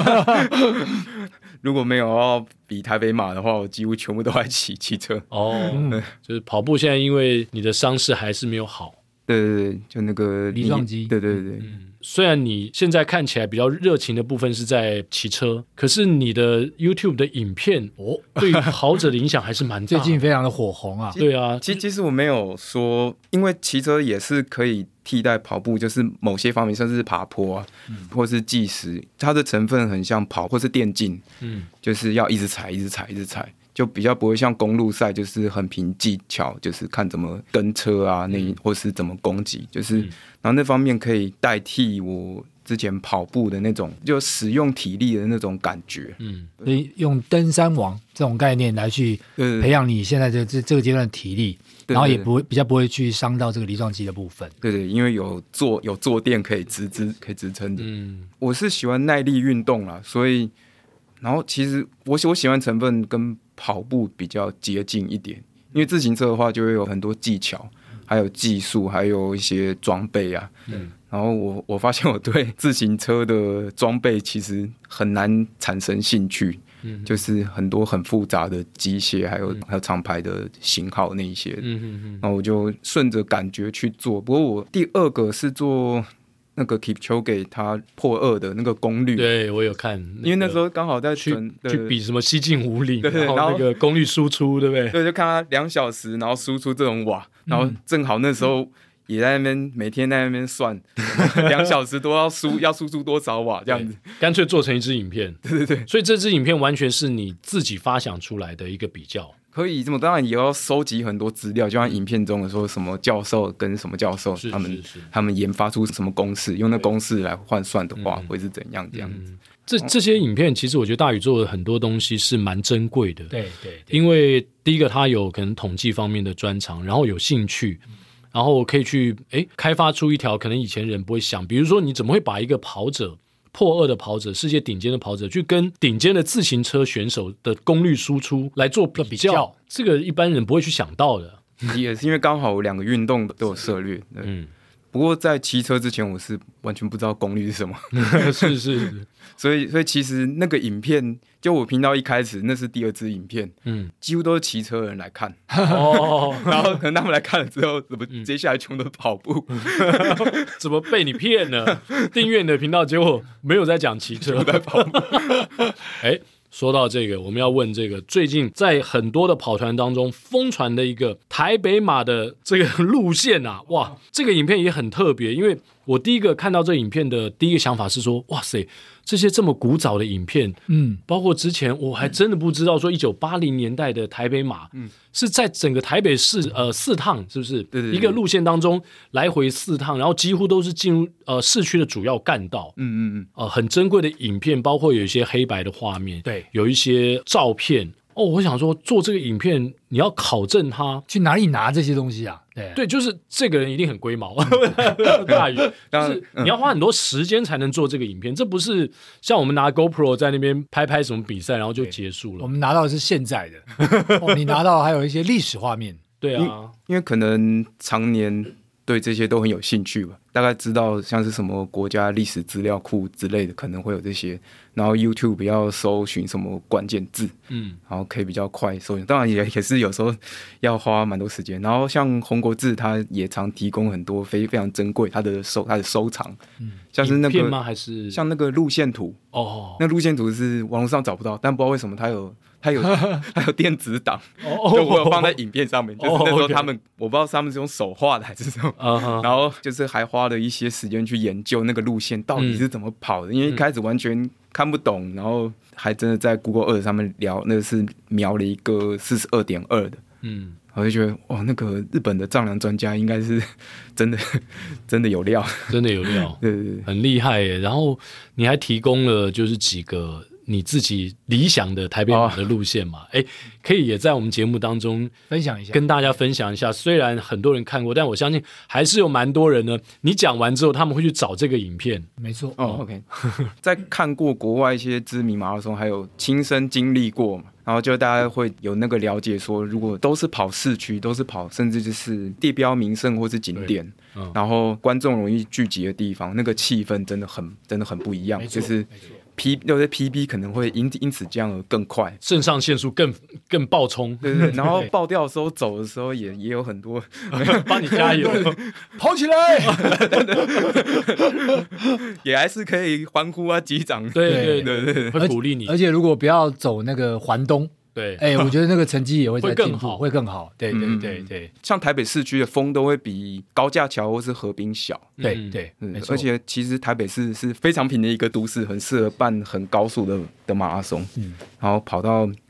如果没有要比台北马的话，我几乎全部都在骑车。 就是跑步现在因为你的伤势还是没有好。 对，就那个梨状肌。 对。 虽然你现在看起来比较热情的部分是在骑车，可是你的 YouTube 的影片对于跑者的影响还是蛮大的。 最近非常的火红啊。 对啊， 其实我没有说，因为骑车也是可以替代跑步，就是某些方面，甚至是爬坡啊，或是计时，它的成分很像跑或是电竞，就是要一直踩。 就比较不会像公路赛，就是很凭技巧，就是看怎么跟车啊，或是怎么攻击，就是然后那方面可以代替我之前跑步的那种，就使用体力的那种感觉。 所以用登山王这种概念来去培养你现在这个阶段的体力，然后也比较不会去伤到这个梨状肌的部分。 对，因为有坐垫可以支撑的。我是喜欢耐力运动啦，所以然后其实我喜欢成分跟跑步比较接近一点，因为自行车的话就会有很多技巧，还有技术，还有一些装备啊。然后我发现我对自行车的装备其实很难产生兴趣，就是很多很复杂的机械，还有厂牌的型号那一些。然后我就顺着感觉去做。不过我第二个是做那个 Kipchoge 他破2的那个功率， 对我有看， 因为那时候刚好在去比什么西进5岭，然后那个功率输出，对不对？ 对，就看他2小时，然后输出这种瓦，然后正好那时候也在那边每天在那边算2小时多要输出多少瓦这样子， 干脆做成一支影片。 对， 所以这支影片完全是你自己发想出来的一个比较。 可以这么，当然也要收集很多资料，就像影片中的说什么教授跟什么教授，他们研发出什么公式，用那公式来换算的话，会是怎样这样子。 这些影片其实我觉得大宇做的很多东西是蛮珍贵的。 对， 因为第一个他有可能统计方面的专长，然后有兴趣，然后可以去开发出一条可能以前人不会想，比如说你怎么会把一个跑者破2的跑者，世界顶尖的跑者，去跟顶尖的自行车选手的功率输出来做比较，这个一般人不会去想到的。 也是因为刚好我2个运动都有涉猎。不过在骑车之前，我是完全不知道功率是什么。 是， 所以其实那个影片，就我频道一开始那是第2支影片，几乎都是骑车的人来看。然后可能他们来看了之后，怎么接下来全都是跑步？ 怎么被你骗了？订阅你的频道，结果没有在讲骑车， 在跑步。 说到这个，我们要问这个最近在很多的跑团当中疯传的一个台北马的这个路线啊，哇，这个影片也很特别，因为我第一个看到这影片的第一个想法是说，哇塞，这些这么古早的影片，包括之前我还真的不知道说1980年代的台北马，是在整个台北市4趟，是不是？对，一个路线当中来回4趟，然后几乎都是进入市区的主要干道，很珍贵的影片，包括有一些黑白的画面，对，有一些照片。我想说做这个影片你要考证他去哪里拿这些东西啊？ 对，就是这个人一定很龟毛大宇，就是你要花很多时间才能做这个影片，这不是像我们拿 GoPro 在那边拍什么比赛然后就结束了。 我们拿到的是现在的你拿到还有一些历史画面。 对啊， 因为可能常年对这些都很有兴趣吧，大概知道像是什么国家历史资料库之类的可能会有这些，然后 YouTube 要搜寻什么关键字，然后可以比较快搜寻，当然也是有时候要花蛮多时间。然后像洪国志他也常提供很多非常珍贵他的收藏，像是那个影片吗？还是像那个路线图那路线图是网络上找不到，但不知道为什么他有电子档，就我有放在影片上面，就是那时候他们我不知道他们是用手画的还是什么，然后就是还花了一些时间去研究那个路线到底是怎么跑的，因为一开始完全看不懂，然后还真的在 Google Earth 上面聊，那是描了一个 42.2 的，我就觉得哇，那个日本的丈量专家应该是真的有料， 真的有料， 对， 很厉害耶。然后你还提供了就是几个你自己理想的台北马的路线嘛？可以也在我们节目当中分享一下， 跟大家分享一下。虽然很多人看过，但我相信还是有蛮多人呢。你讲完之后，他们会去找这个影片。 没错。 OK， 在看过国外一些知名马拉松，还有亲身经历过嘛，然后就大家会有那个了解说，如果都是跑市区，都是跑甚至就是地标名胜或是景点，然后观众容易聚集的地方，那个气氛真的很不一样，就是有些 PB 可能会因此这样而更快， 肾上腺素更爆冲， 对，然后爆掉的时候走的时候也有很多帮你加油， 跑起来， 也还是可以欢呼啊击掌， 对，会鼓励你。 而且如果不要走那个环东， 对， 我觉得那个成绩也会再进步， 会更好。对， 像台北市区的风都会比高架桥或是河滨小。 对， 而且其实台北市是非常平的一个都市，很适合办很高速的马拉松。然后跑到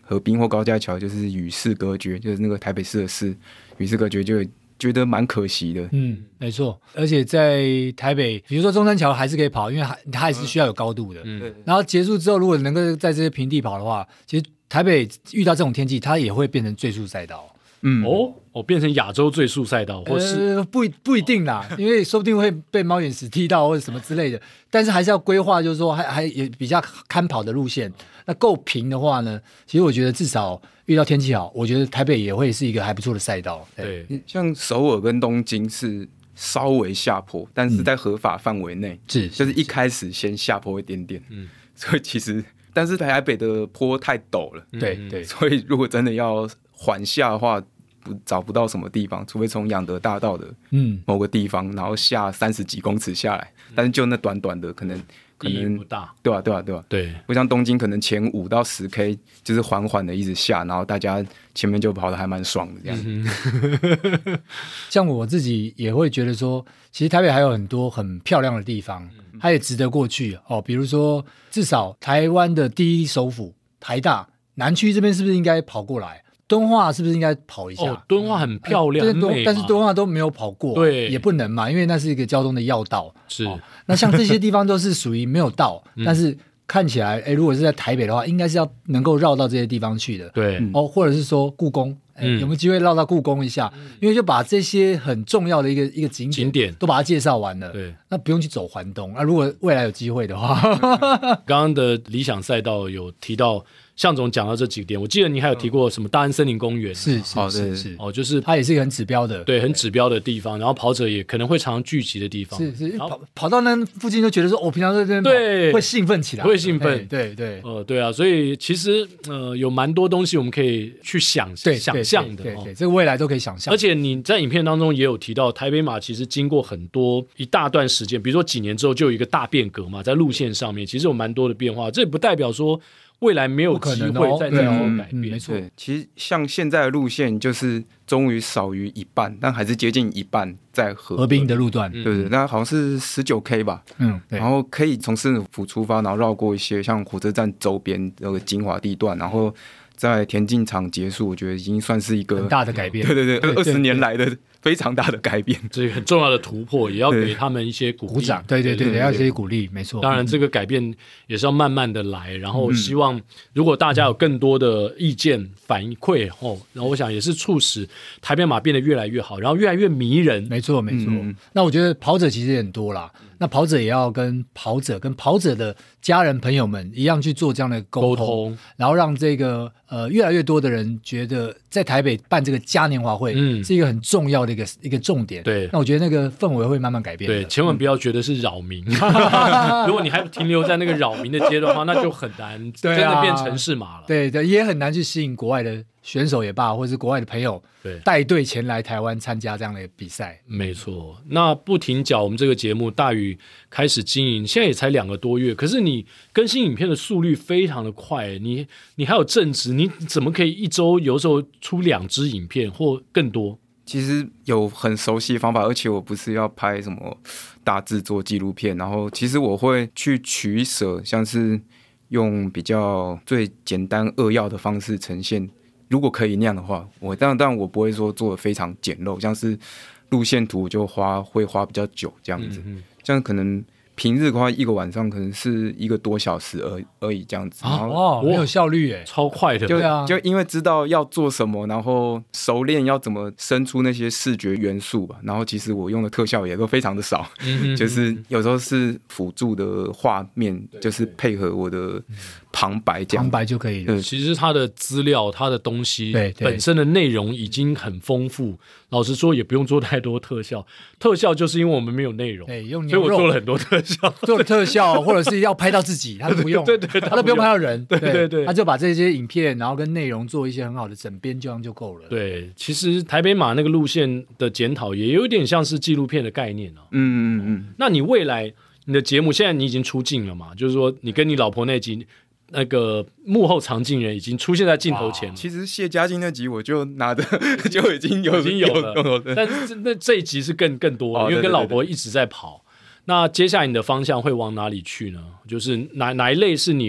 河滨或高架桥就是与世隔绝，就是那个台北市的市与世隔绝，就觉得蛮可惜的。 没错。而且在台北，比如说中山桥还是可以跑，因为它还是需要有高度的。然后结束之后，如果能够在这些平地跑的话，其实台北遇到这种天气，它也会变成最速赛道。 变成亚洲最速赛道，或是不一定啦，因为说不定会被猫眼石踢到或者什么之类的。但是还是要规划，就是说还也比较堪跑的路线。那够平的话呢，其实我觉得至少遇到天气好，我觉得台北也会是一个还不错的赛道。 对， 像首尔跟东京是稍微下坡，但是在合法范围内，就是一开始先下坡一点点。所以其实，但是台北的坡太陡了， 对， 所以如果真的要缓下的话，找不到什么地方，除非从仰德大道的某个地方，然后下30几公尺下来，但是就那短短的可能不大， 对吧？ 对， 不像东京可能前5到10K 就是缓缓的一直下，然后大家前面就跑得还蛮爽的这样。 像我自己也会觉得说，其实台北还有很多很漂亮的地方，它也值得过去哦。比如说，至少台湾的第一首府台大南区这边是不是应该跑过来？敦化是不是应该跑一下？ 敦化很漂亮， 但是敦化都没有跑过， 对， 也不能嘛，因为那是一个交通的要道。 是， 那像这些地方都是属于没有道，但是看起来，如果是在台北的话，应该是要能够绕到这些地方去的。 对， 或者是说故宫，有没有机会绕到故宫一下？因为就把这些很重要的一个景点都把它介绍完了。 对， 那不用去走环东。那如果未来有机会的话， 刚刚的理想赛道有提到。向总讲到这几点，我记得你还有提过什么大安森林公园， 是就是它也是一个很指标的， 对，很指标的地方，然后跑者也可能会常聚集的地方， 是跑到那附近就觉得说，平常在这边对会兴奋起来， 会兴奋， 对啊，所以其实有蛮多东西我们可以去想象的， 对，这个未来都可以想象。 而且你在影片当中也有提到，台北马其实经过一大段时间，比如说几年之后就有一个大变革嘛，在路线上面其实有蛮多的变化，这也不代表说。未来没有机会再这样改变， 没错。 其实像现在的路线就是终于少于一半，但还是接近一半在河滨的路段， 对不对？那好像是19K 吧，然后可以从市政府出发，然后绕过一些像火车站周边那个精华地段，然后在田径场结束，我觉得已经算是一个很大的改变。 对，20年来的非常大的改变， 这个很重要的突破，也要给他们一些鼓掌。对，要一些鼓励，没错。 当然，这个改变也是要慢慢的来，然后希望如果大家有更多的意见反馈然后我想也是促使台北马变得越来越好，然后越来越迷人。 没错。那我觉得跑者其实也很多啦，那跑者也要跟跑者的家人朋友们一样去做这样的沟通，然后让这个越来越多的人觉得在台北办这个嘉年华会是一个很重要的一个重点。 对， 那我觉得那个氛围会慢慢改变的。 对，千万不要觉得是扰民。如果你还停留在那个扰民的阶段的话，那就很难真的变城市马了。 对，也很难去吸引国外的选手也罢，或者是国外的朋友带队前来台湾参加这样的比赛。 没错。那不停脚我们这个节目大宇开始经营现在也才2个多月，可是你更新影片的速率非常的快，你还有正职，你怎么可以一周有时候出2支影片或更多？ 其实有很熟悉的方法，而且我不是要拍什么大制作纪录片，然后其实我会去取舍，像是用比较最简单扼要的方式呈现。如果可以那样的话，当然我不会说做的非常简陋，像是路线图就会花比较久这样子，这样可能平日的话1个晚上可能是1个多小时而已这样子。 很有效率耶， 超快的。 就因为知道要做什么，然后熟练要怎么生出那些视觉元素吧。然后其实我用的特效也都非常的少，就是有时候是辅助的画面，就是配合我的旁白这样， 旁白就可以了。 其实它的资料、它的东西本身的内容已经很丰富。老实说，也不用做太多特效。特效就是因为我们没有内容，所以我做了很多特效， 做了特效，或者是要拍到自己，他都不用，他都不用拍到人，对，他就把这些影片，然后跟内容做一些很好的整编，这样就够了。 对，其实台北马那个路线的检讨也有点像是纪录片的概念那你未来你的节目现在你已经出镜了嘛？就是说你跟你老婆那集。那个幕后藏镜人已经出现在镜头前了。 其实谢家劲那集我就拿的就已经有了，但是这一集是更多了，因为跟老婆一直在跑。那接下来你的方向会往哪里去呢？就是哪一类是你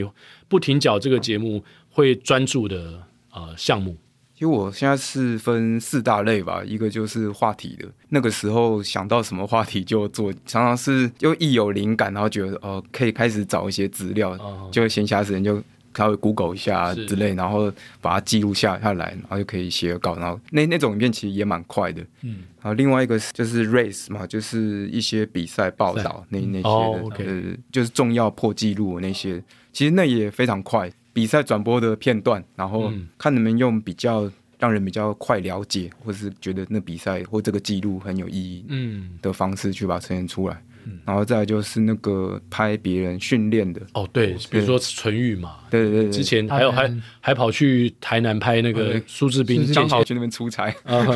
不停脚这个节目会专注的项目？ 其实我现在是分4大类吧，一个就是话题的，那个时候想到什么话题就做，常常是又一有灵感，然后觉得可以开始找一些资料，就闲暇时间就稍微 Google 一下之类，然后把它记录下来，然后就可以写个稿，然后那种影片其实也蛮快的。然后另外一个就是 race 嘛，就是一些比赛报道那些的，okay. 就是重要破纪录那些，其实那也非常快。比赛转播的片段，然后看能不能用比较让人比较快了解，或是觉得那比赛或这个记录很有意义的方式去把它呈现出来。然后再来就是那个拍别人训练的对，比如说纯玉嘛， 对， 之前还跑去台南拍那个苏志斌， 刚好去那边出差。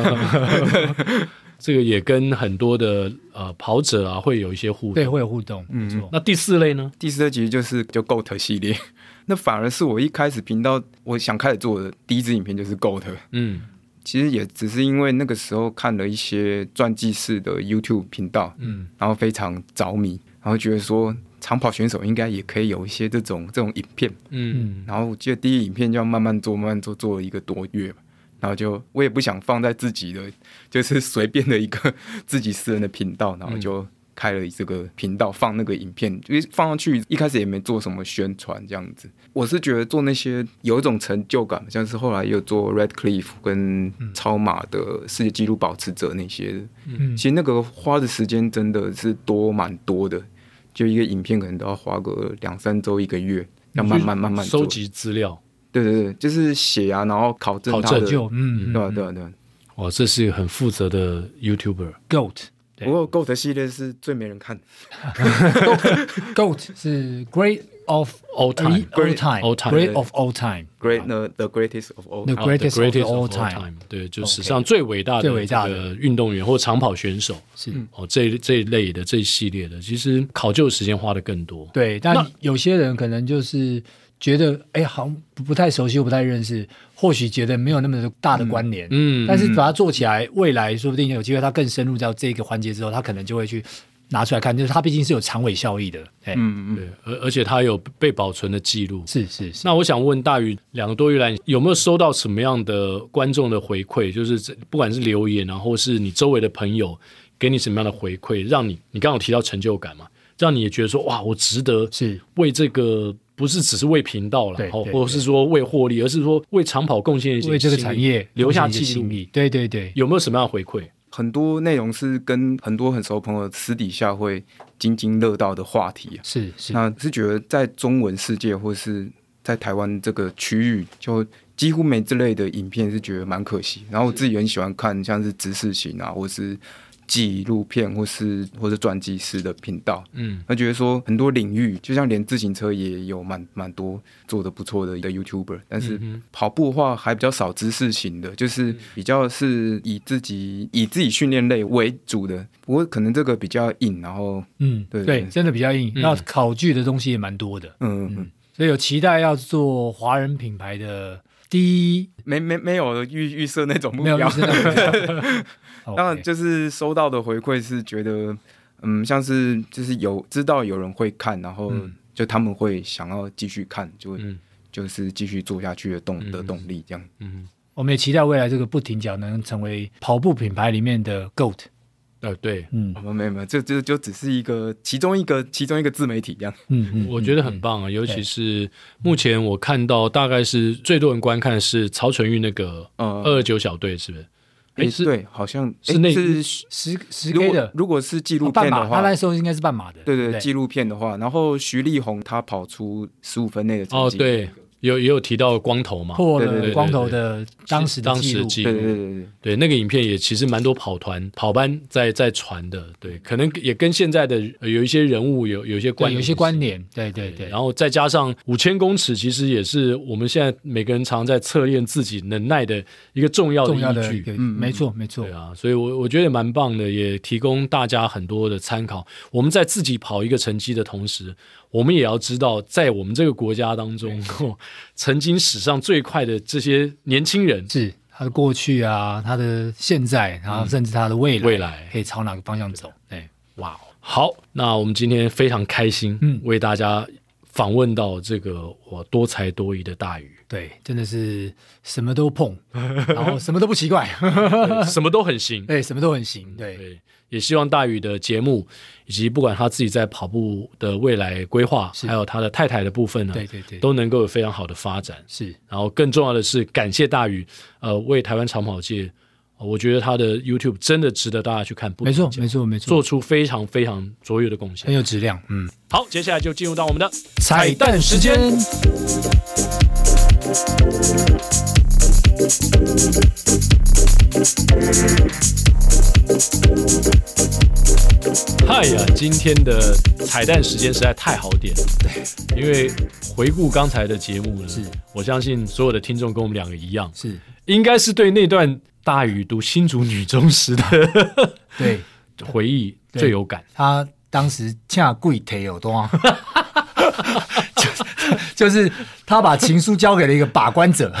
这个也跟很多的跑者啊会有一些互动， 对，会有互动。 那第4类呢？ 第4类其实就 GOAT 系列，那反而是我一开始频道我想开始做的第一支影片就是 GOAT。其实也只是因为那个时候看了一些传记式的 YouTube 频道，然后非常着迷，然后觉得说长跑选手应该也可以有一些这种影片，然后我记得第一影片就要慢慢做，做了1个多月，然后我也不想放在自己的就是随便的一个自己私人的频道，然后就开了这个频道放那个影片，就是放上去一开始也没做什么宣传这样子。我是觉得做那些有一种成就感，像是后来也有做 Redcliffe 跟超马的世界纪录保持者那些的，其实那个花的时间真的是蛮多的，就一个影片可能都要花个2-3周1个月，要慢慢收集资料。 对，就是写啊，然后考证它的，对。 哇，这是一个很负责的 YouTuber GOAT。 不过 GOAT 系列是最没人看 GOAT 是 Great of all time Great of all time Great the greatest of all the greatest of all time 对，就史上最伟大的运动员或长跑选手是这一类的这一系列的，其实考究时间花的更多。 对，但有些人可能就是觉得好像不太熟悉或不太认识，或许觉得没有那么大的关联，但是把它做起来，未来说不定有机会他更深入到这个环节之后，他可能就会去拿出来看，就是它毕竟是有长尾效益的，对， 而且它有被保存的记录。 是。 那我想问大宇，2个多月来有没有收到什么样的观众的回馈？就是不管是留言啊，或是你周围的朋友给你什么样的回馈，让你刚刚有提到成就感嘛，让你也觉得说哇，我值得是为这个。不是只是为频道了，或者是说为获利，而是说为长跑贡献一些为这个产业留下记录。 对， 有没有什么样的回馈？ 很多内容是跟很多很熟的朋友私底下会津津乐道的话题， 是。 那是觉得在中文世界或是在台湾这个区域，就几乎没这类的影片，是觉得蛮可惜。然后我自己很喜欢看像是知识型啊，或是纪录片或是传记式的频道，那觉得说很多领域，就像连自行车也有蛮多做的不错的一个 YouTuber， 但是跑步的话还比较少知识型的，就是比较是以自己训练类为主的。不过可能这个比较硬，然后对，真的比较硬，要考据的东西也蛮多的，所以有期待要做华人品牌的第一， 没有预设那种目标， 没有预设那种目标。 当然，就是收到的回馈是觉得，像是就是知道有人会看，然后就他们会想要继续看，就是继续做下去的动力这样。 我们也期待未来这个不停脚能成为跑步品牌里面的 GOAT。 对，没有，这就只是一个其中一个自媒体这样。 我觉得很棒啊，尤其是目前我看到大概是最多人观看是曹纯玉那个229小队，是不是？ 对，好像是那是10K 的。 如果是纪录片的话， 他那时候应该是半马的。 对，纪录片的话，然后徐立宏他跑出15分内的成绩。 对。也有提到光头嘛， 破了光头的当时的记录，对，那个影片也其实蛮多跑班在传的，对，可能也跟现在的有一些人物有一些关联，对， 然后再加上5000公尺，其实也是我们现在每个人常在测验自己能耐的一个重要的依据， 没错， 对啊，所以我觉得也蛮棒的，也提供大家很多的参考。我们在自己跑一个成绩的同时，我们也要知道，在我们这个国家当中，曾经史上最快的这些年轻人， 是他的过去啊，他的现在，然后甚至他的未来可以朝哪个方向走？ 哇，好，那我们今天非常开心，为大家访问到这个多才多艺的大宇。 对，真的是什么都碰，然后什么都不奇怪， 什么都很行。 对，什么都很行。对， 也希望大宇的节目以及不管他自己在跑步的未来规划，还有他的太太的部分呢，对，都能够有非常好的发展。 是，然后更重要的是感谢大宇，为台湾长跑界，我觉得他的 YouTube 真的值得大家去看。 没错， 做出非常非常卓越的贡献， 很有质量。 好，接下来就进入到我们的彩蛋时间。 嗨呀，今天的彩蛋时间实在太好点了。对，因为回顾刚才的节目呢，我相信所有的听众跟我们两个一样，应该是对那段大宇读新竹女中时的对回忆最有感。 他当时恰跪腿有多就是他把情书交给了一个把关者，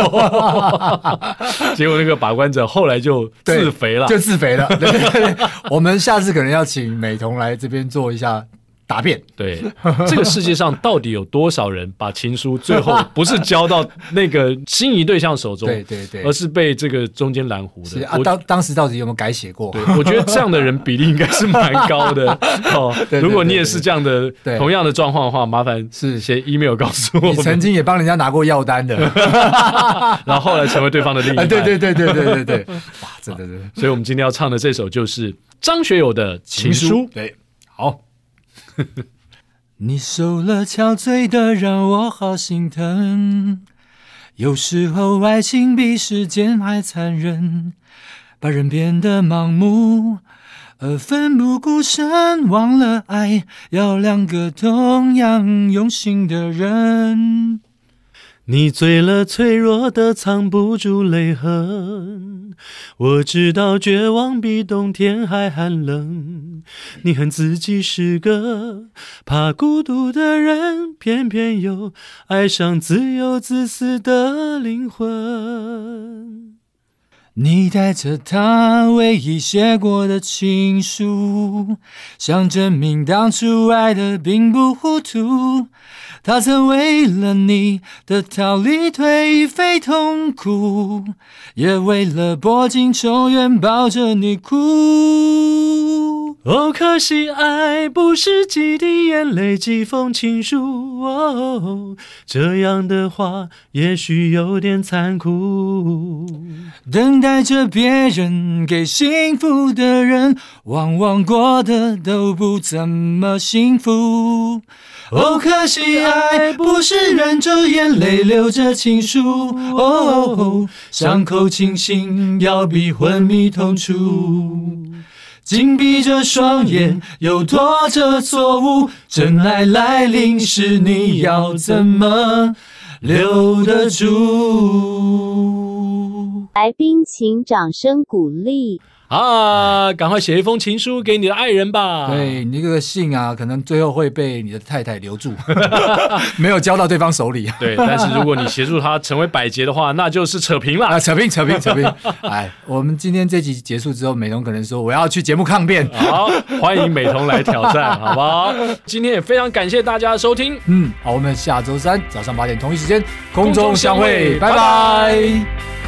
结果那个把关者后来就自肥了， 对，我们下次可能要请美瞳来这边做一下答辩。 对，这个世界上到底有多少人把情书最后不是交到那个心仪对象手中，对，而是被这个中间蓝湖的？ 是啊，当时到底有没有改写过？ 对，我觉得这样的人比例应该是蛮高的哦。如果你也是这样的同样的状况的话，麻烦是写 email 告诉我们。 你曾经也帮人家拿过药单的， 然后后来成为对方的另一半。 对，哇，真的。 所以我们今天要唱的这首就是张学友的情书。 对，好。你受了憔悴的让我好心疼，有时候爱情比时间还残忍，把人变得盲目而奋不顾身，忘了爱要两个同样用心的人。 你醉了，脆弱的藏不住泪痕，我知道绝望比冬天还寒冷，你恨自己是个怕孤独的人，偏偏又爱上自由自私的灵魂。 你带着他唯一写过的情书，想证明当初爱的并不糊涂，他曾为了你的逃离颓废痛苦，也为了博尽仇怨抱着你哭。 哦，可惜爱不是几滴眼泪几封情书，哦，这样的话也许有点残酷。 等待着别人给幸福的人，往往过得都不怎么幸福。哦，可惜爱不是忍着眼泪流着情书，哦，伤口清醒要比昏迷痛楚。紧闭着双眼，又躲着错误，真爱来临时，你要怎么留得住？ 来宾请掌声鼓励。 赶快写一封情书给你的爱人吧。 对，你这个信啊，可能最后会被你的太太留住，没有交到对方手里。 对，但是如果你协助他成为百劫的话，那就是扯平了。 扯平。哎，我们今天这集结束之后，美瞳可能说我要去节目抗辩。 好，欢迎美瞳来挑战，好不好？今天也非常感谢大家的收听。 好，我们下周三早上8点同一时间空中相会，拜拜。